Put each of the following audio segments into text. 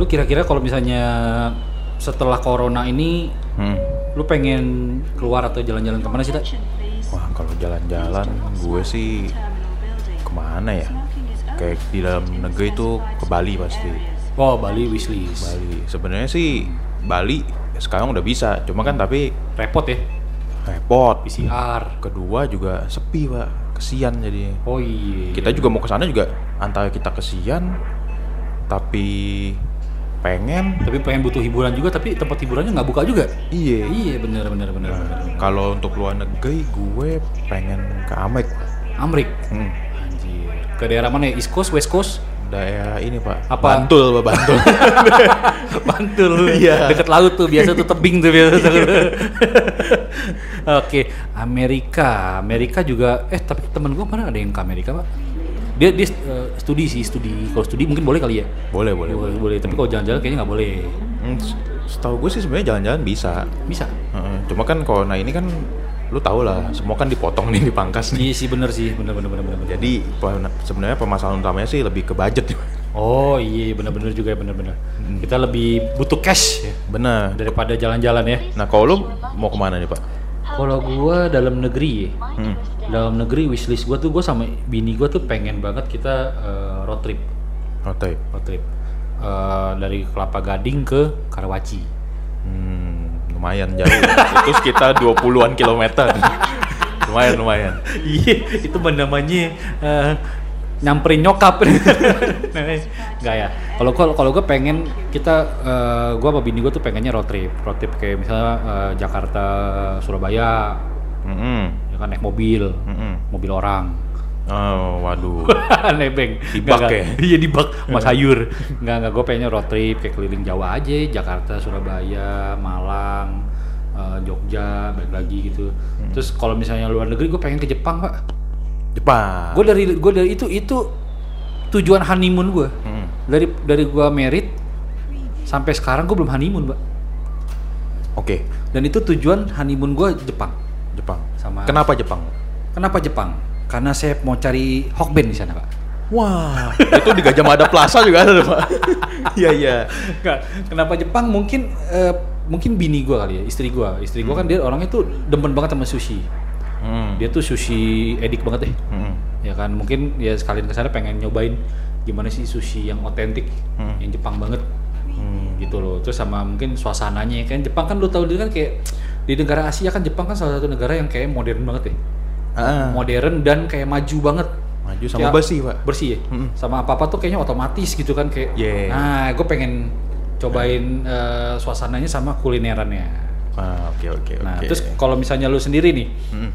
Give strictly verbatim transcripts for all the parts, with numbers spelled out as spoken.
kira-kira kalau misalnya setelah corona ini, hmm. lu pengen keluar atau jalan-jalan kemana sih, Tak? Wah, kalau jalan-jalan gue sih kemana ya? Kayak di dalam negeri itu ke Bali pasti. Oh, Bali wishlist. Bali. Sebenarnya sih Bali sekarang udah bisa, cuma kan tapi repot ya. Repot. P C R. Kedua juga sepi, Pak. Kesian jadi. Oh iya. Kita juga mau ke sana juga antara kita kesian tapi pengen tapi pengen butuh hiburan juga, tapi tempat hiburannya nggak buka juga. Iya. Iya, benar benar benar. Nah, kalau untuk luar negeri gue pengen ke Amerika. Amerika. Hmm. Anjir. Ke daerah mana ya? East Coast, West Coast? Daerah ini, Pak. Apa? Bantul, Pak, Bantul. Bantul. Iya. Dekat laut tuh, biasa tuh tebing tuh biasa. Oke, Amerika. Amerika juga eh tapi temen gue mana ada yang ke Amerika, Pak? Dia dia uh, studi sih, studi. Kalau studi mungkin boleh kali ya? Boleh, boleh. Boleh, boleh. Tapi kalau jalan-jalan kayaknya nggak boleh. Hmm, setahu gue sih sebenarnya jalan-jalan bisa. Bisa. Uh, cuma kan corona ini kan lu tau lah, semua kan dipotong nih, dipangkas nih. Iya sih, bener sih, bener bener bener bener. Jadi sebenarnya permasalahan utamanya sih lebih ke budget. Oh iya, bener-bener juga ya, bener-bener. Hmm. Kita lebih butuh cash ya. Bener. Daripada jalan-jalan ya. Nah, kalau lu mau kemana nih, Pak? Kalau gua dalam negeri ya. Hmm. Dalam negeri wishlist gua tuh, gua sama bini gua tuh pengen banget kita uh, road trip. Road trip. Road trip. Uh, dari Kelapa Gading ke Karawaci. Hmm, lumayan jauh. Itu sekitar dua puluhan kilometer. Lumayan, lumayan. Iya, itu namanya uh, nyamperin nyokap. Enggak ya. Kalau kalau kalau gue pengen kita uh, gue sama bini gue tuh pengennya road trip. Road trip kayak misalnya uh, Jakarta Surabaya. Mm-hmm. Ya kan naik mobil. Mm-hmm. Mobil orang. Oh, waduh. Nebeng. Dibak ya? Iya, dibak sama sayur. Enggak, enggak, gue pengennya road trip kayak keliling Jawa aja, Jakarta, Surabaya, Malang, uh, Jogja, balik lagi gitu. Hmm. Terus kalau misalnya luar negeri gue pengen ke Jepang, Pak. Jepang. Gue dari gue dari itu itu tujuan honeymoon gue. Hmm. Dari dari gue married sampai sekarang gue belum honeymoon, Pak. Oke. Okay. Dan itu tujuan honeymoon gue Jepang. Jepang. Sama. Kenapa Jepang? Kenapa Jepang? Karena saya mau cari Hokben di sana, Pak. Wah, itu di Gajah Mada Plaza juga ada, Pak. Iya, iya. Kenapa Jepang? Mungkin uh, mungkin bini gue kali ya, istri gue. Istri gue hmm. kan dia orangnya tuh demen banget sama sushi. Hmm. Dia tuh sushi edik banget deh. Hmm. Ya kan, mungkin ya sekalian kesana pengen nyobain gimana sih sushi yang otentik, hmm. yang Jepang banget. Hmm. Gitu loh. Terus sama mungkin suasananya kan Jepang kan lu tahu dia kan kayak di negara Asia kan Jepang kan salah satu negara yang kayak modern banget ya. Ah. Modern dan kayak maju banget. Maju sama kayak bersih, Pak. Bersih ya. Hmm. Sama apa-apa tuh kayaknya otomatis gitu kan kayak. Yeah. Nah, gue pengen cobain uh, suasananya sama kulinerannya. Ah, oke okay, oke okay, Nah, okay. terus kalau misalnya lu sendiri nih. Hmm.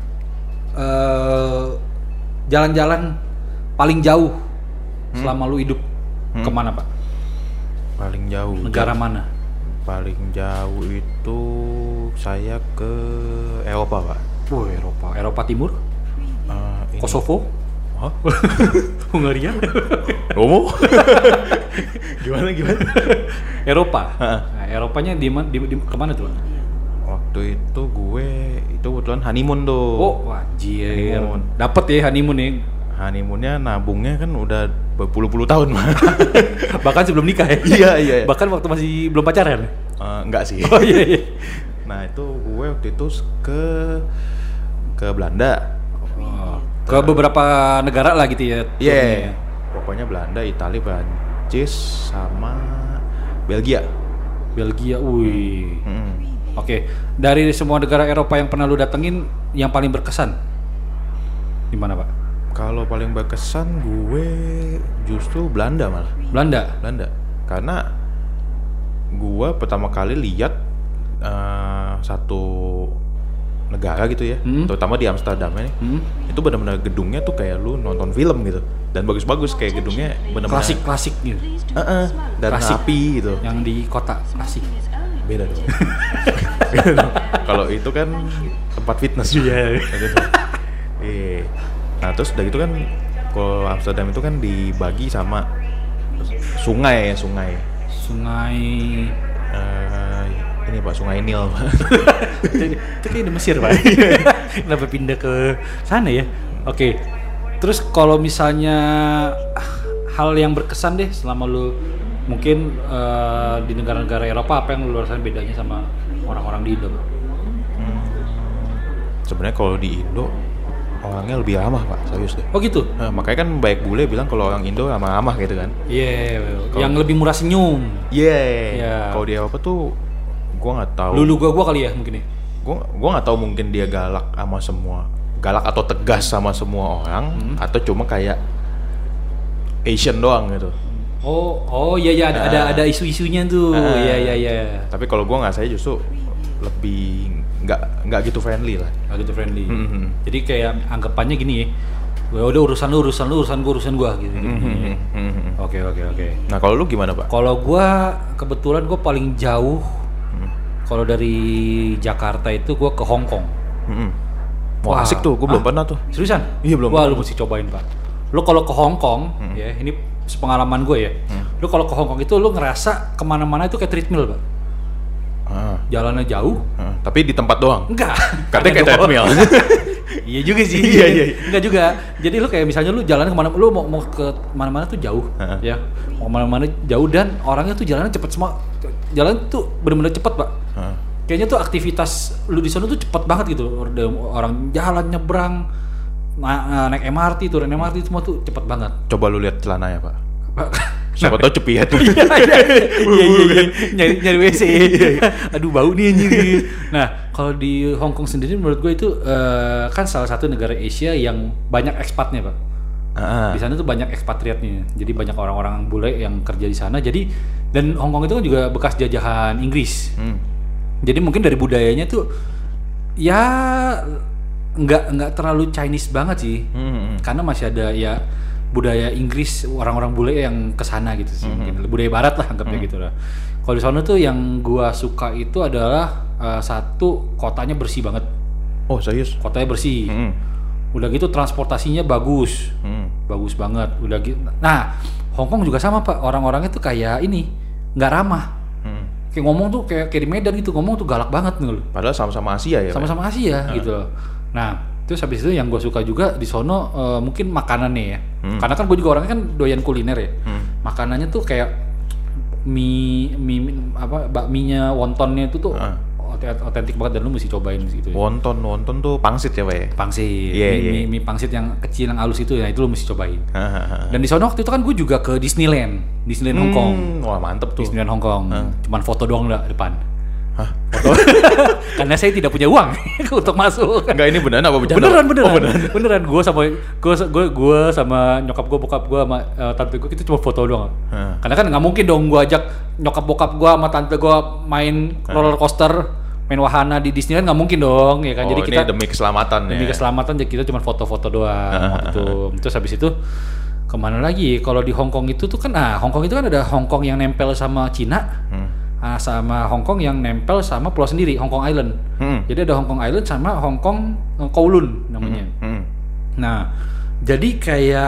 Uh, jalan-jalan paling jauh hmm. selama lu hidup hmm. kemana, Pak? Paling jauh. Negara jauh. Mana? Paling jauh itu saya ke Eropa, Pak. Oh, Eropa. Eropa Timur? Uh, Kosovo? Hah? Hungaria? Romo? Gimana gimana? Eropa. Uh-huh. Nah, Eropanya di mana? Di, di kemana tuh? Waktu itu gue itu kebetulan honeymoon tuh. Oh, wajir. Dapat ya honeymoon nih. Honeymoonnya nabungnya kan udah berpuluh-puluh tahun, Mas. Bahkan sebelum nikah ya? Iya, iya. Bahkan waktu masih belum pacaran? Uh, enggak sih. Oh iya, iya. Nah, itu gue waktu itu ke ke Belanda. Oh, ke beberapa negara lah gitu ya? Iya. Yeah. Pokoknya Belanda, Italia, Prancis, sama Belgia. Belgia, wih. Hmm. Oke, okay. Dari semua negara Eropa yang pernah lu datengin, yang paling berkesan di mana, Pak? Kalau paling berkesan gue justru Belanda malah. Belanda? Belanda. Karena gue pertama kali lihat uh, satu negara gitu ya, hmm. terutama di Amsterdam ini, hmm. itu benar-benar gedungnya tuh kayak lu nonton film gitu, dan bagus-bagus kayak gedungnya benar-benar klasik-klasik gitu. Uh-uh. Dan klasik, rapi gitu. Yang di kota klasik. Beda dong. Kalau itu kan tempat fitness juga. Iya. Nah terus udah gitu kan, kalau Amsterdam itu kan dibagi sama sungai ya, sungai. Sungai. Uh, ini Pak, Sungai Nil. Itu kayak di Mesir, Pak. Kenapa pindah ke sana ya? Oke. Okay. Terus kalau misalnya hal yang berkesan deh selama lu mungkin uh, di negara-negara Eropa apa yang lu rasain bedanya sama orang-orang di Indo? Hmm. Sebenarnya kalau di Indo orangnya lebih ramah pak, serius deh. Oh gitu? Nah, makanya kan baik bule bilang kalau orang Indo ramah-ramah gitu kan. Iya, yeah, yang lebih murah senyum. Iya. Yeah. Yeah. Kalau di Eropa tuh, gua nggak tahu. Lulu gua gua kali ya mungkin ya. Gua gua nggak tahu mungkin dia galak sama semua, galak atau tegas sama semua orang, hmm. atau cuma kayak Asian doang gitu. Oh, oh iya iya ada nah. ada ada isu-isunya tuh. Iya iya iya. Tapi kalau gua nggak, saya justru lebih nggak nggak gitu friendly lah. Nggak gitu friendly. Mm-hmm. Jadi kayak anggapannya gini ya, udah urusan lu urusan lu urusan gua urusan gua gitu. Mm-hmm. Oke oke oke. Nah kalau lu gimana pak? Kalau gua kebetulan gua paling jauh. Mm. Kalau dari Jakarta itu gua ke Hong Kong. Mm-hmm. Wah, Wah asik tuh, gua ah, belum pernah tuh. Seriusan? Iya belum. Wah lu mesti cobain pak. Lu kalau ke Hong Kong, mm. ya ini sepengalaman gue ya. Mm. Lu kalau ke Hong Kong itu lu ngerasa kemana-mana itu kayak treadmill pak. Ah. Jalannya jauh, ah. tapi di tempat doang. Enggak. Katanya kayak treadmill. Iya juga sih. Iya iya. Enggak juga. Jadi lu kayak misalnya lu jalan kemana, lu mau mau ke mana-mana tuh jauh, uh-huh. ya. Mau mana-mana jauh dan orangnya tuh jalannya cepet semua. Jalan tuh benar-benar cepet pak. Uh-huh. Kayaknya tuh aktivitas lu di sana tuh cepet banget gitu. Orang jalan nyebrang, na- naik M R T, turun M R T semua tuh cepet banget. Coba lu lihat celananya pak. Siapa tau cepiat tuh. Iya iya iya nyari nyari W C. Aduh bau nih anjir. Nah kalau di Hong Kong sendiri menurut gue itu uh, kan salah satu negara Asia yang banyak ekspatnya pak. Uh-huh. Di sana tuh banyak ekspatriatnya. Jadi banyak orang-orang bule yang kerja di sana. Jadi dan Hong Kong itu kan juga bekas jajahan Inggris. Hmm. Jadi mungkin dari budayanya tuh ya nggak nggak terlalu Chinese banget sih. Hmm. Karena masih ada ya budaya Inggris, orang-orang bule yang kesana gitu sih, mm-hmm. budaya barat lah anggapnya mm-hmm. gitu lah. Kalau di sana tuh yang gua suka itu adalah uh, satu, kotanya bersih banget. Oh serius? Kotanya bersih. Mm-hmm. Udah gitu transportasinya bagus, mm. bagus banget. Udah gitu. Nah Hong Kong juga sama pak, orang-orangnya tuh kayak ini, nggak ramah. Mm. Kayak ngomong tuh kayak kayak di Medan gitu, ngomong tuh galak banget nih loh. Padahal sama-sama Asia ya? Sama-sama Asia uh. gitu loh. Nah terus habis itu yang gue suka juga di sono uh, mungkin makanannya ya, hmm. karena kan gue juga orangnya kan doyan kuliner ya. Hmm. Makanannya tuh kayak mie, mie apa bakminya, wontonnya itu tuh uh. otentik banget dan lu mesti cobain gitu. Wonton, wonton tuh pangsit ya pak ya? Pangsit, yeah, mie, yeah. mie, mie pangsit yang kecil yang halus itu ya, itu lu mesti cobain. Dan di sono waktu itu kan gue juga ke Disneyland, Disneyland hmm. Hong Kong. Wah mantep tuh. Disneyland Hong Kong, uh. cuman foto doang lah depan. Hah? Karena saya tidak punya uang untuk masuk. Enggak, ini beneran apa bercanda? Beneran beneran. Oh, beneran. Beneran. Gue sama gue gue gue sama nyokap gue, bokap gue sama uh, tante gue, kita cuma foto doang. Hmm. Karena kan nggak mungkin dong gue ajak nyokap bokap gue sama tante gue main hmm. roller coaster, main wahana di Disneyland, nggak mungkin dong, ya kan? Oh, jadi ini kita demi keselamatan demi ya. Demi keselamatan, jadi kita cuma foto-foto doang. Gitu. Terus habis itu kemana lagi? Kalau di Hong Kong itu tuh kan, ah Hong Kong itu kan ada Hong Kong yang nempel sama Cina. Hmm. Nah, sama Hong Kong yang nempel sama pulau sendiri, Hong Kong Island. Hmm. Jadi ada Hong Kong Island sama Hong Kong uh, Kowloon namanya. Hmm. Hmm. Nah, jadi kayak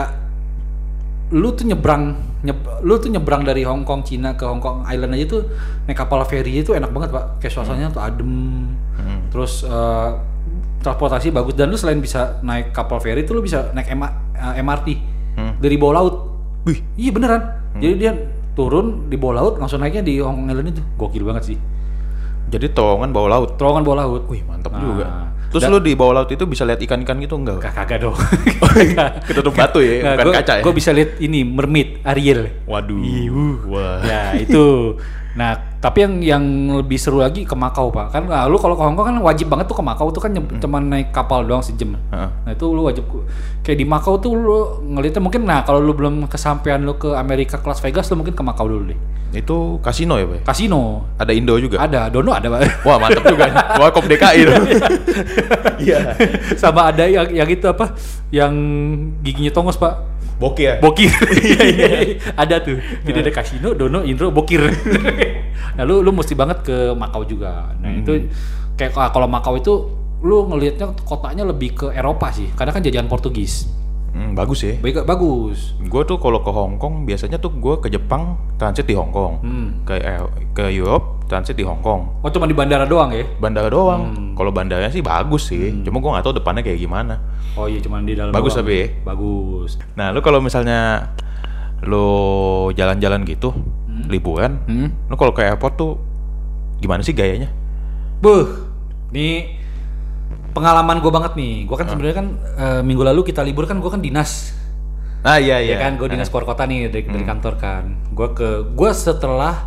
lu tuh nyebrang, nyeb, lu tuh nyebrang dari Hong Kong Cina ke Hong Kong Island aja tuh naik kapal feri itu enak banget pak. Kayak suasananya hmm. tuh adem. Hmm. Terus uh, transportasi bagus dan lu selain bisa naik kapal feri itu lu bisa naik M- uh, M R T hmm. dari bawah laut. Wih, iya beneran. Hmm. Jadi dia turun di bawah laut, langsung naiknya di Hong Kong Island itu. Gokil banget sih. Jadi terowongan bawah laut? Terowongan bawah laut. Wih mantap nah, juga. Terus da- lu di bawah laut itu bisa lihat ikan-ikan gitu enggak? Kagak dong. Ketutup batu ya, nah, bukan gua, kaca ya? Gue bisa lihat ini, mermaid, Ariel. Waduh. Iuh. Wah. Ya itu. Nah tapi yang yang lebih seru lagi ke Macau pak. Kan nah, lu kalau ke Hong Kong kan wajib banget tuh ke Macau tuh kan hmm. cuma naik kapal doang sejam. Uh-huh. Nah itu lu wajib. Kayak di Macau tuh lu ngeliatnya mungkin, nah kalau lu belum kesampean lu ke Amerika ke Las Vegas, lu mungkin ke Macau dulu deh. Itu kasino ya pak? Kasino. Ada Indo juga? Ada, Dono ada pak. Wah mantap juga. Wah Kop D K I itu. Iya. Sama ada yang yang itu apa? Yang giginya tongos pak. Bokir ya? Bokir. Iya iya. Ada tuh. Jadi ada kasino, Dono, Indro, Bokir. Nah lu lu mesti banget ke Macau juga. Nah hmm. itu kayak kalau Macau itu lu ngelihatnya kotanya lebih ke Eropa sih, karena kan jajahan Portugis. Hmm, bagus ya. Baik, bagus. Gue tuh kalau ke Hong Kong biasanya tuh gue ke Jepang transit di Hong Kong, hmm. ke ke Europe transit di Hong Kong. Oh cuma di bandara doang ya? Bandara doang. Hmm. Kalau bandaranya sih bagus sih, hmm. cuma gue nggak tahu depannya kayak gimana. Oh iya cuma di dalam. Bagus doang. Tapi. Bagus. Nah lu kalau misalnya lu jalan-jalan gitu, hmm. hmm. liburan. Hmm. Lu kalau ke airport tuh gimana sih gayanya? Buh, nih pengalaman gue banget nih. Gue kan uh. sebenarnya kan uh, minggu lalu kita libur kan gue kan dinas. Ah iya iya. Ya kan gue dinas keluar kota nih dari, hmm. dari kantor kan. Gue ke gue setelah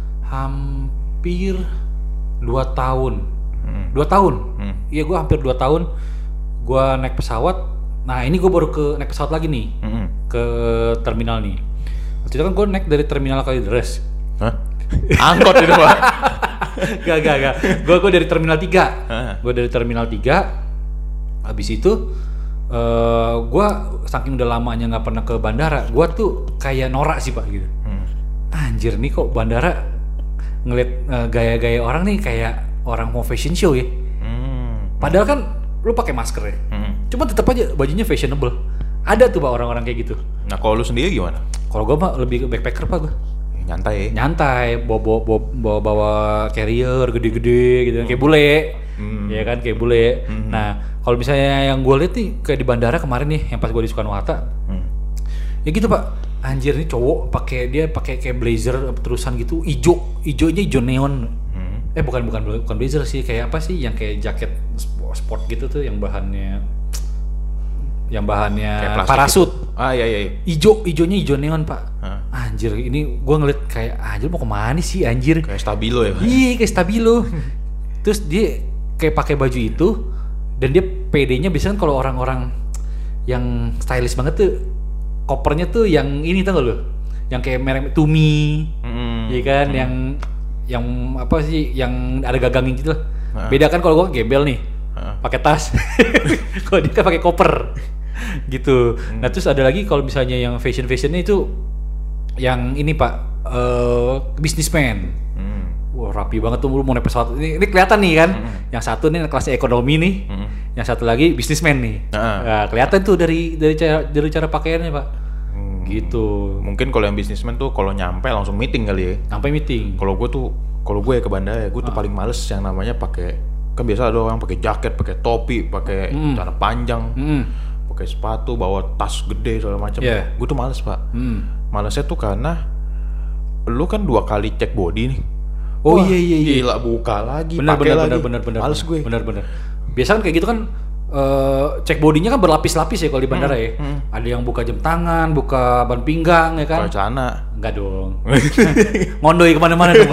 hampir dua tahun. Hmm. Dua tahun. Hmm. Iya gue hampir dua tahun. Gue naik pesawat. Nah ini gue baru ke naik pesawat lagi nih. Hmm. Ke terminal nih. Waktu itu kan gue naik dari terminal Kalideres. Hah? Angkot itu Pak. Gak gak gak. Gue gue dari terminal tiga. Gue dari terminal tiga. Habis itu Uh, gue saking udah lamanya nggak pernah ke bandara, gue tuh kayak norak sih Pak gitu. Hmm. Anjir nih kok bandara ngeliat uh, gaya-gaya orang nih kayak orang mau fashion show ya. Hmm. Padahal kan lu pakai masker ya. Hmm. Cuma tetap aja bajunya fashionable. Ada tuh Pak orang-orang kayak gitu. Nah kalau lu sendiri gimana? Kalau gue mah lebih ke backpacker Pak gue. Nyantai. Ya? Nyantai, bawa bawa bawa, bawa carrier gede-gede gitu hmm. kayak bule. Hmm. Ya kan kayak bule. Hmm. Nah kalau misalnya yang gue lihat nih kayak di bandara kemarin nih yang pas gue di Soekarno-Hatta, hmm. ya gitu Pak, anjir nih cowok pakai dia pakai kayak blazer terusan gitu, ijo, ijonya ijo neon, hmm. eh bukan bukan bukan blazer sih, kayak apa sih yang kayak jaket sport gitu tuh yang bahannya, yang bahannya parasut, gitu. Ah iya iya. Ijo, ijonya ijo neon Pak, huh? Anjir ini gue ngeliat kayak anjir mau kemana sih anjir? Kayak stabilo ya Pak? Iya kayak stabilo, terus dia kayak pakai baju itu. Dan dia P D-nya biasanya kalau orang-orang yang stylish banget tuh kopernya tuh yang ini tau gak lo? Yang kayak merek Tumi, mm. ya kan? Mm. Yang yang apa sih? Yang ada gagangin gitu lah. Uh. Beda kan kalau gue gembel nih, uh. pakai tas. Kalau dia kan pakai koper, gitu. Mm. Nah terus ada lagi kalau misalnya yang fashion fashionnya itu yang ini Pak, uh, businessman. Mm. Wah rapi banget tuh lu mau naik pesawat. Ini, ini kelihatan nih kan. Mm. Yang satu nih kelasnya ekonomi nih. Mm. Yang satu lagi bisnismen nih. Uh. Nah, kelihatan tuh dari dari cara dari cara pakaiannya Pak. Hmm. Gitu. Mungkin kalau yang bisnismen tuh kalau nyampe langsung meeting kali ya. Sampai meeting. Kalau gue tuh kalau gue ya ke bandara ya, gue tuh uh. paling males yang namanya pakai, kan biasa ada orang pakai jaket, pakai topi, pakai mm. celana panjang, mm. pakai sepatu, bawa tas gede segala macam. Yeah. Gue tuh males Pak. Mm. Malesnya tuh karena lu kan dua kali cek body nih. Oh wah, iya iya iya. Gila buka lagi, bener, pakai bener, lagi. Bener bener bener. Males gue. Bener bener. Biasa kan kayak gitu kan uh, cek bodinya kan berlapis-lapis ya kalau di bandara hmm, ya. Hmm. Ada yang buka jam tangan, buka ban pinggang ya kan. Buka celana. Enggak dong. Ngondoi kemana-mana dong.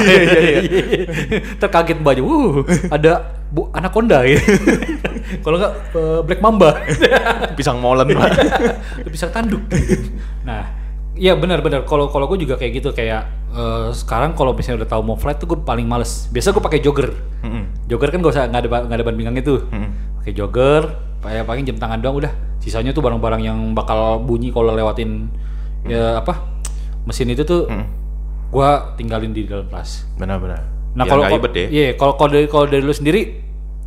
Terkaget baju. Uh, ada bu anaconda ya. Kalau enggak uh, black mamba. Pisang molen Pak. Pisang tanduk. Nah. Iya benar-benar. Kalau kalau gue juga kayak gitu kayak uh, sekarang kalau misalnya udah tahu mau flight tuh gue paling males. Biasa gue pakai jogger. Mm-hmm. Jogger kan gak usah nggak ada nggak ada ban pinggang itu. Mm-hmm. Pakai jogger, kayak paling jam tangan doang udah. Sisanya tuh barang-barang yang bakal bunyi kalau lewatin mm-hmm. ya apa mesin itu tuh mm-hmm. gue tinggalin di dalam kelas. Benar-benar. Nah kalau ya. Iya kalau kalau dari kalau dari lu sendiri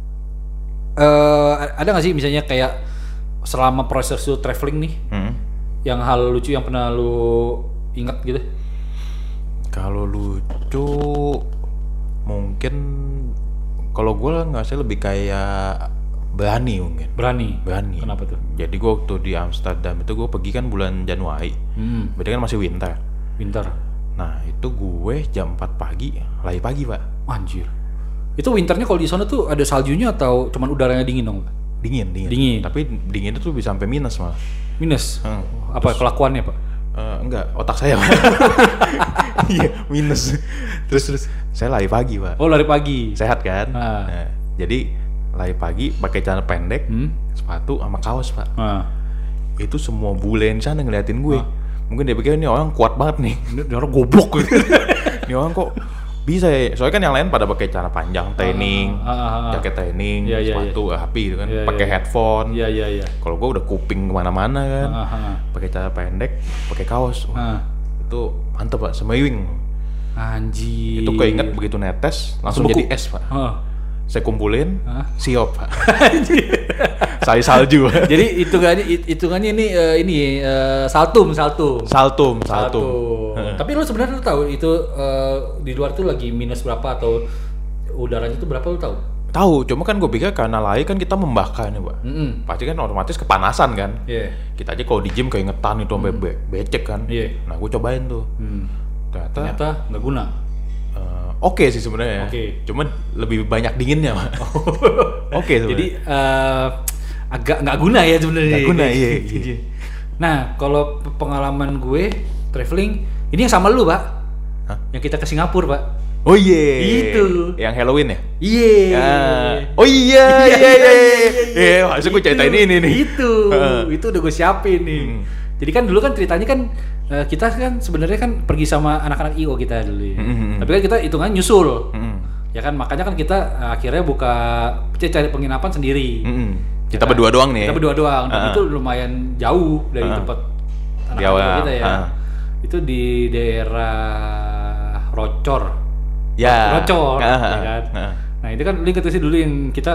uh, ada nggak sih misalnya kayak selama proses lu traveling nih? Mm-hmm. Yang hal lucu yang pernah lu ingat gitu? Kalau lucu mungkin kalau gue nggak sih lebih kayak berani mungkin. Berani. Berani. Kenapa tuh? Jadi gue waktu di Amsterdam itu gue pergi kan bulan Januari. Hmm. Berarti kan masih winter. Winter. Nah itu gue jam empat pagi, lari pagi Pak. Anjir. Itu winternya kalau di sana tuh ada saljunya atau cuman udaranya dingin dong? Dingin, dingin. Dingin. Tapi dingin itu bisa sampai minus malah. Minus? Hmm. Apa terus, kelakuannya Pak? Uh, enggak, otak saya Pak. Iya, minus. Terus terus saya lari pagi Pak. Oh lari pagi. Sehat kan? Ah. Nah, jadi lari pagi pakai celana pendek, hmm? sepatu sama kaos Pak. Ah. Itu semua bule di sana ngeliatin gue. Ah. Mungkin dia pikir ini orang kuat banget nih. Ini orang goblok gitu. Ini orang kok bisa ya, soalnya kan yang lain pada pakai celana panjang, training, ah, ah, ah, ah. jaket training, ya, sepatu, ya, ya. Rapi gitu kan, ya, pakai ya. Headphone. Iya iya iya. Kalau gue udah kuping kemana-mana kan, ah, ah, ah. pakai celana pendek, pakai kaos, ah. itu mantep Pak, semewing. Anjir. Itu keinget begitu netes, langsung Beku. Jadi es Pak. Ah. Saya kumpulin, ah. siop Pak. Saya salju. Jadi hitungannya hitungannya ini uh, ini uh, saltum saltum. Saltum saltum. saltum. Tapi lu sebenarnya lu tahu itu uh, di luar tuh lagi minus berapa atau udaranya tuh berapa lu tahu? Tahu, cuma kan gue pikir karena lari kan kita membakar nih Pak. Mm-hmm. Pasti kan otomatis kepanasan kan. Yeah. Kita aja kalau di gym keingetan itu sampai mm. be- becek kan. Yeah. Nah gue cobain tuh. Mm. Ternyata, ternyata nggak guna. Uh, Oke okay sih sebenarnya. Oke. Okay. Cuman lebih banyak dinginnya, Pak. Oke okay, Jadi uh, agak nggak guna ya sebenarnya. Nggak guna, iya, iya. Nah, kalau pengalaman gue traveling ini yang sama lu, Pak. Hah? Yang kita ke Singapura, Pak. Oh iya. Yeah. Itu. Yang Halloween ya? Iya. Yeah. Oh iya, iya, iya. Iya, maksud gue ceritain ini nih. Itu. Itu udah gue siapin nih. Hmm. Jadi kan dulu kan ceritanya kan uh, kita kan sebenarnya kan pergi sama anak-anak I O kita dulu ya. Mm-hmm. Tapi kan kita hitungan nyusul. Mm-hmm. Ya kan makanya kan kita uh, akhirnya buka cari penginapan sendiri. Mm-hmm. Kita ya berdua kan? doang nih. Kita berdua doang. Dan uh-huh. itu lumayan jauh dari uh-huh. tempat anak-anak kita ya. Uh-huh. Itu di daerah Rocor. Ya. Rocor, uh-huh. ya kan. Uh-huh. Nah, itu kan link sih dulu yang kita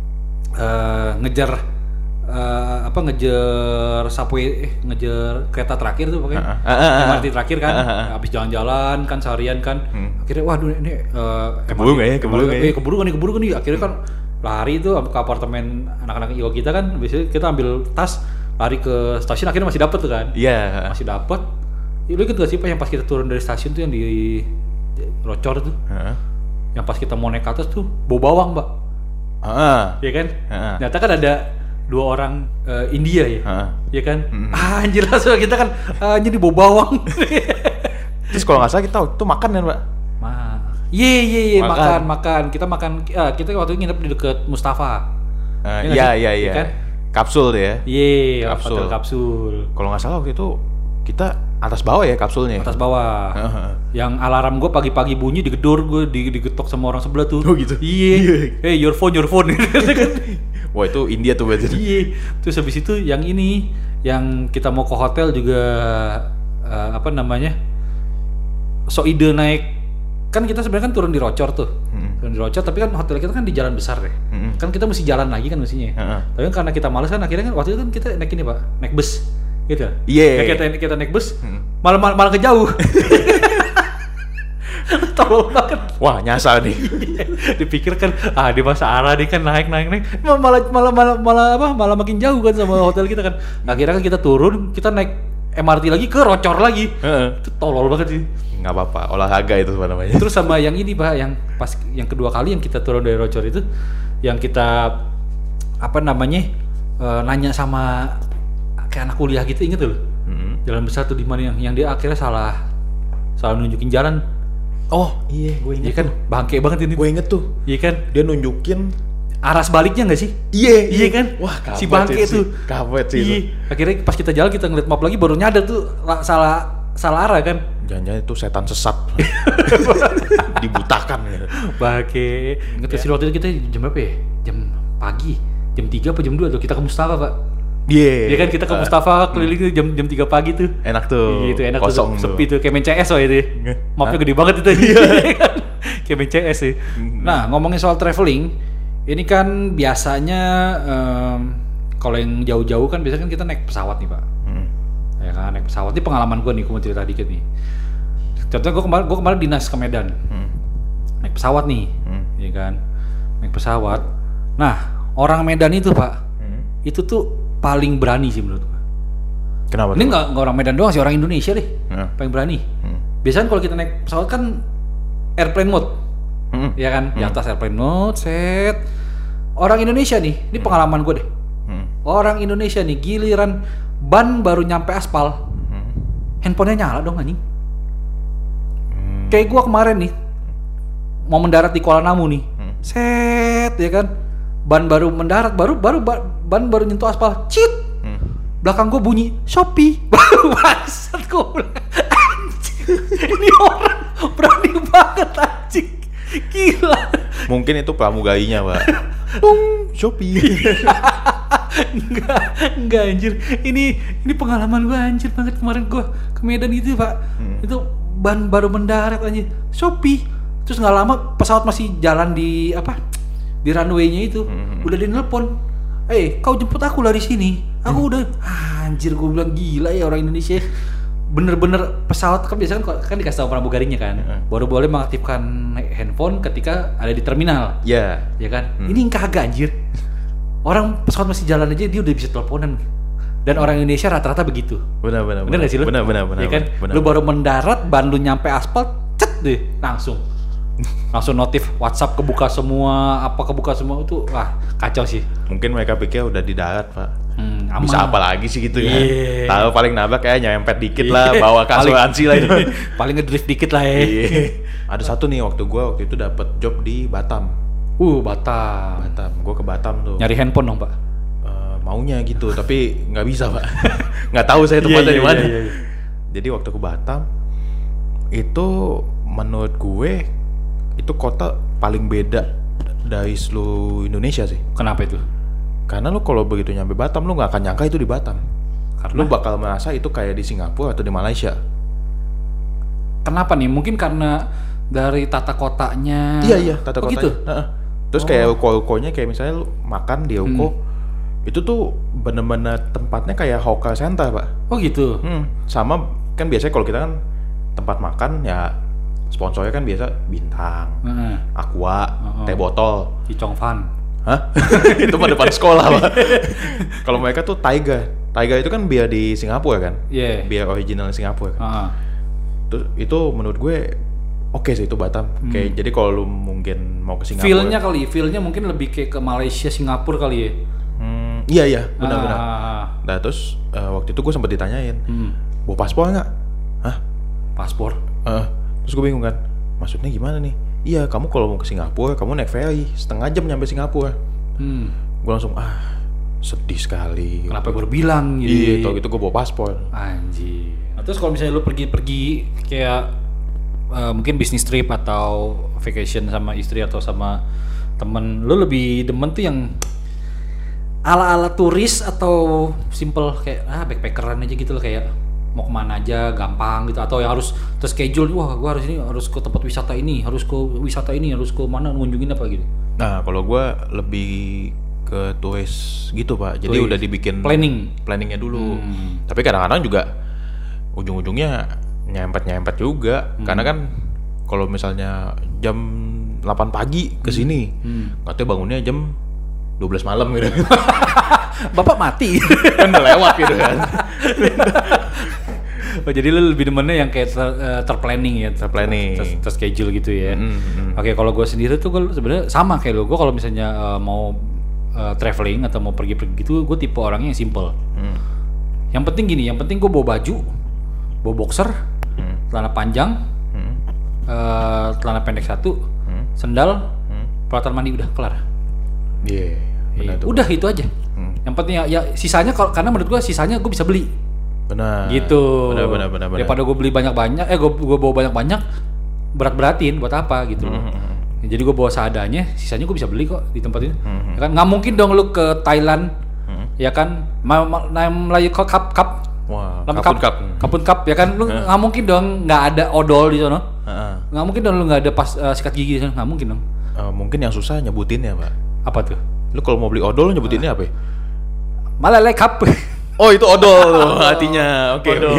uh, ngejar Uh, apa ngejar subway eh, ngejar kereta terakhir tuh pokoknya uh, uh, uh, M R T terakhir kan uh, uh, uh. habis jalan-jalan kan seharian kan hmm. akhirnya waduh ini uh, keburu nggak ya keburu nggak eh, keburu kan nih keburu kan nih akhirnya kan lari tuh ke apartemen anak-anak I O kita kan biasanya kita ambil tas lari ke stasiun akhirnya masih dapet tuh kan iya yeah. masih dapet lu inget gak sih Pak yang pas kita turun dari stasiun tuh yang di Rocor tuh uh. yang pas kita mau naik ke atas tuh bau bawang Pak uh. ya kan uh. ternyata kan ada dua orang uh, India ya, huh? Ya kan? Mm-hmm. Ah, anjir langsung kita kan uh, jadi bau bawang. Terus kalau nggak salah kita itu makan kan, Pak? Ma, iya iya iya makan makan kita makan uh, kita waktu itu nginep di dekat Mustafa. Uh, iya iya iya. Kan? Kapsul deh ya? Iya, kapsul. Hotel kapsul. Kalau nggak salah waktu itu kita atas bawah ya kapsulnya. Atas bawah. Uh-huh. Yang alarm gue pagi-pagi bunyi digedor gue digetok sama orang sebelah tuh. Oh gitu. Iya. Hey your phone your phone. Wah itu India tuh berarti. Iya. Terus habis itu yang ini, yang kita mau ke hotel juga uh, apa namanya? So ide naik kan kita sebenarnya kan turun di Rocor tuh. Hmm. Turun di Rocor tapi kan hotel kita kan di jalan besar deh. Hmm. Kan kita mesti jalan lagi kan mestinya. Uh-huh. Tapi kan karena kita malas kan akhirnya kan waktu itu kan kita naik ini Pak, naik bus. Gitu. Iya. Yeah. Kita kita naik bus, hmm. malah malah, malah kejauh. Tolol banget. Wah nyasar nih. Dipikirkan ah di masa arah nih kan naik naik naik malah malah malah malah apa malah makin jauh kan sama hotel kita kan. Akhirnya kan kita turun kita naik M R T lagi ke Rocor lagi. Uh-huh. Itu tolol banget sih. Nggak apa-apa olahraga itu apa namanya. Terus sama yang ini Pak yang pas yang kedua kali yang kita turun dari Rocor itu yang kita apa namanya uh, nanya sama kayak anak kuliah gitu inget loh. Mm-hmm. Jalan besar tuh di mana yang yang dia akhirnya salah salah nunjukin jalan. Oh iya, gue inget. Iya kan, bangke banget ini. Gue inget tuh. Iya kan, dia nunjukin arah sebaliknya nggak sih? Iya, iya kan. Wah, si bangke tuh. Kabet sih. Iya. Akhirnya pas kita jalan kita ngeliat map lagi baru nyadar tuh salah salah arah kan. Jangan-jangan itu setan sesat. Dibutakan gitu. Bangke. Ingat ya. Waktu itu kita jam berapa ya? Jam pagi. Jam tiga apa jam dua tuh kita ke Mustafa, Pak. Iya, yeah. Iya kan kita ke Mustafa uh, keliling jam jam tiga pagi tuh. Enak tuh. Iya itu enak kosong tuh, sepi tuh kayak main C S oh itu. Mapnya gede banget itu. Kayak main C S sih. Nah, ngomongin soal traveling, ini kan biasanya um, kalau yang jauh-jauh kan biasanya kan kita naik pesawat nih, Pak. Hmm. Ya kan naik pesawat. Ini pengalaman gue nih, gue mau cerita dikit nih. Contohnya gue kemarin gue kemarin dinas ke Medan. Hmm. Naik pesawat nih. Hmm. Iya kan. Naik pesawat. Nah, orang Medan itu, Pak. Hmm. Itu tuh paling berani sih menurut gue. Kenapa? Ini nggak nggak orang Medan doang sih, orang Indonesia deh. Hmm. Paling berani. Hmm. Biasanya kalau kita naik pesawat kan airplane mode, hmm. ya kan, hmm. di atas airplane mode, set. Orang Indonesia nih, ini hmm. pengalaman gue deh. Hmm. Orang Indonesia nih, giliran ban baru nyampe aspal, hmm. handphonenya nyala dong anjing. Hmm. Kayak gue kemarin nih, mau mendarat di Kuala Namu nih, hmm. set, ya kan. Ban baru mendarat, baru baru ban baru nyentuh aspal, cit, hmm. belakang gue bunyi Shopee, bangsat gue bilang, anjing, ini orang berani banget anjing, gila. Mungkin itu pramugarinya Pak, Tung Shopee. enggak, enggak anjir, ini ini pengalaman gue anjir banget kemarin gue ke Medan itu Pak, hmm. itu ban baru mendarat anjir, Shopee, terus nggak lama pesawat masih jalan di apa? Di runway-nya itu hmm. udah di nelpon, eh kau jemput aku lah di sini, aku hmm. udah ah, anjir gue bilang gila ya orang Indonesia, bener-bener pesawat kan biasanya kan, kan dikasih tahu pramugarinya kan, hmm. baru boleh mengaktifkan handphone ketika ada di terminal, ya, yeah. ya kan, hmm. ini kagak anjir, orang pesawat masih jalan aja dia udah bisa teleponan, Dan orang Indonesia rata-rata begitu. Benar benar. Benar nggak sih lu? Benar benar benar. Ya kan, benar. lu baru mendarat, ban lu nyampe aspal, cet deh, langsung, langsung notif WhatsApp kebuka semua, apa kebuka semua itu, wah kacau sih. Mungkin mereka pikir udah di darat, Pak. Hmm, Bisa apa lagi sih gitu ya? Yeah. Tahu paling nabrak kayak nyempet dikit lah, bawa ke asuransi lah itu. Paling ngedrift dikit lah ya. Yeah. Ada satu nih waktu gue waktu itu dapat job di Batam. Uh, Batam. Batam, gue ke Batam tuh. Nyari handphone dong, Pak. Uh, maunya gitu, tapi nggak bisa, Pak. Nggak tahu saya tempatnya Yeah, di yeah, mana. yeah, yeah, yeah. Jadi waktu ke Batam itu menurut gue itu kota paling beda dari seluruh Indonesia sih. Kenapa itu? Karena lu kalau begitu nyampe Batam lu nggak akan nyangka itu di Batam. Karena Lu bakal merasa itu kayak di Singapura atau di Malaysia. Kenapa nih? Mungkin karena dari tata kotanya. Iya iya, tata oh, kotanya. gitu? Heeh. Terus Oh. kayak ruko-rukonya kayak misalnya lu makan di ruko, Hmm. itu tuh bener-bener tempatnya kayak hawker center, Pak. Oh gitu. Hmm. Sama kan biasanya kalau kita kan tempat makan ya sponsornya kan biasa Bintang, Heeh. Aqua, Oh. teh botol. Cicong Fan. Hah? Itu mah depan sekolah, Pak. Kalau mereka tuh Taiga. Taiga itu kan biar di Singapura kan? Iya. Biar original Singapura kan. Heeh. Terus itu menurut gue oke sih itu Batam. Kayak jadi kalau lu mungkin mau ke Singapura. Feel-nya kali, feel-nya mungkin lebih kayak ke Malaysia, Singapura kali ya. Hmm, iya iya, benar-benar. Ah. Nah, terus eh, waktu itu gue sempet ditanyain, Hmm. bawa paspor nggak? Hah? Paspor. Eh, terus gue bingung kan, maksudnya gimana nih? Iya, kamu kalau mau ke Singapura, kamu naik ferry setengah jam nyampe Singapura. Hmm. Gue langsung ah sedih sekali. Kenapa baru bilang gitu? Iya, tau gitu gue bawa paspor. Anjir. Nah, terus kalau misalnya lu pergi-pergi kayak eh, mungkin bisnis trip atau vacation sama istri atau sama temen, lu lebih demen tuh yang ala-ala turis atau simple kayak ah backpackeran aja gitu loh, kayak mau kemana aja gampang gitu, atau yang harus terschedule, wah gua harus ini harus ke tempat wisata ini, harus ke wisata ini, harus ke mana ngunjungin apa gitu. Nah, kalau gue lebih ke turis gitu, Pak. Jadi Turis. udah dibikin Planning. planningnya dulu. Hmm. Tapi kadang-kadang juga ujung-ujungnya nyempet-nyempet juga. Hmm. Karena kan kalau misalnya jam delapan pagi ke sini, Hmm. katanya bangunnya jam dua belas malam gitu. Bapak mati. Kan udah lewat gitu kan. Oh, jadi lu lebih demennya yang kayak ter, eh, terplanning ya, Terplanning. ter, terschedule gitu ya. Mm, mm. Oke, kalau gue sendiri tuh gue sebenarnya sama kayak lu. Gue kalau misalnya eh, mau eh, traveling atau mau pergi-pergi gitu, gue tipe orangnya yang simple. Mm. Yang penting gini, yang penting gue bawa baju, bawa boxer, Mm. celana panjang, Mm. eh, celana pendek satu, Mm. sendal, Mm. peralatan mandi, udah kelar. Iya, benar Iya, tuh. udah itu aja. Mm. Yang penting ya, ya sisanya kalau karena menurut gue sisanya gue bisa beli. Benar. Gitu. Benar benar benar benar. Daripada gue beli banyak-banyak, eh gue gue bawa banyak-banyak, berat-beratin buat apa gitu. Mm-hmm. Jadi gue bawa seadanya, sisanya gue bisa beli kok di tempat ini. Mm-hmm. Ya kan nggak mungkin dong lu ke Thailand, Mm-hmm. ya kan, mau Melayu cup cup, Wah, Lam kapun kap. kapun cup, ya kan, lu nggak mungkin dong nggak ada odol di sana, Heeh. nggak mungkin dong lu nggak ada pas eh, sikat gigi di sana, nggak mungkin dong. Eh, mungkin yang susah nyebutinnya, Pak. Apa tuh? Lu kalau mau beli odol nyebutinnya apa ya? Malah cup. Oh, itu odol tuh artinya. Oke. Odol.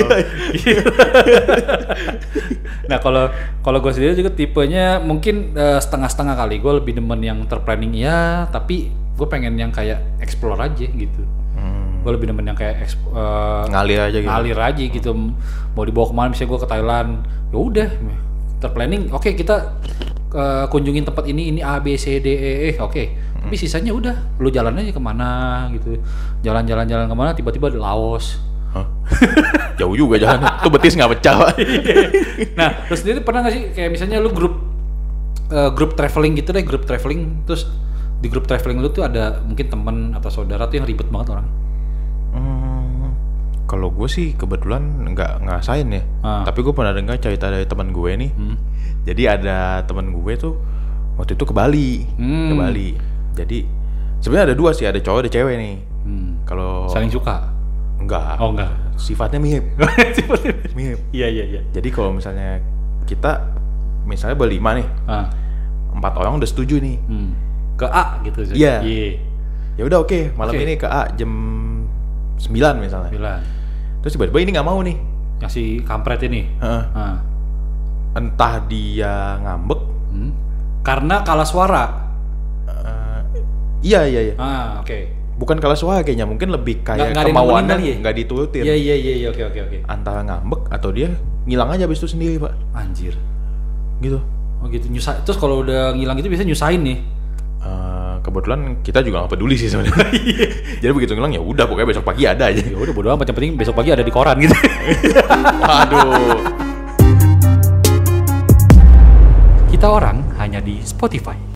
Nah kalau kalau gue sendiri juga tipenya mungkin eh, setengah-setengah kali. Gue lebih demen yang terplanning ya, tapi gue pengen yang kayak explore aja gitu. Hmm. Gue lebih demen yang kayak exp- eh, Ngalir aja gitu. ngalir aja gitu. Mau dibawa kemana, misalnya gue ke Thailand, ya udah terplanning. Oke, kita eh, kunjungin tempat ini, ini A B C D E E, oke. Tapi sisanya udah, lu jalan aja kemana gitu. Jalan-jalan-jalan kemana, tiba-tiba di Laos. Hah? Jauh juga jalan. Tuh betis nggak pecah, Pak. Nah, terus sendiri pernah nggak sih kayak misalnya lu grup eh, grup traveling gitu deh, grup traveling, terus di grup traveling lu tuh ada mungkin teman atau saudara tuh yang ribet banget orang. Hmm, kalau gue sih kebetulan nggak ngerasain ya. Ah. Tapi gue pernah dengar cerita dari teman gue nih. Hmm. Jadi ada teman gue tuh waktu itu ke Bali, Hmm. ke Bali. Jadi sebenarnya ada dua sih, ada cowok ada cewek nih. Hmm. Kalau Saling suka? enggak, Oh enggak. sifatnya mirip, mirip. Iya iya iya. Jadi kalau misalnya kita misalnya berlima nih, Ah. empat orang udah setuju nih. Hmm. Ke A gitu sih. Iya. Iya. Ya udah oke, malam Oke. ini ke A jam sembilan misalnya. Bilang. Terus tiba-tiba ini nggak mau nih. Yang si kampret ini. Heeh. Ah. Entah dia ngambek. Hmm. Karena kalah suara. eh, iya iya iya. Ah, oke. bukan kalah suara kayaknya, mungkin lebih kayak Nggak- nggak ada yang kemauannya nemenin kali ya? nggak diturutin. Iya iya iya iya, oke oke oke. Antara ngambek atau dia ngilang aja abis itu sendiri pak, Anjir. gitu. Oh gitu, nyusah. Terus kalau udah ngilang itu biasanya nyusahin nih. Eh, kebetulan kita juga nggak peduli sih sebenarnya. Jadi begitu ngilang ya udah, pokoknya besok pagi ada aja. Ya udah bodo amat, yang penting besok pagi ada di koran gitu. Aduh. Kita orang hanya di Spotify.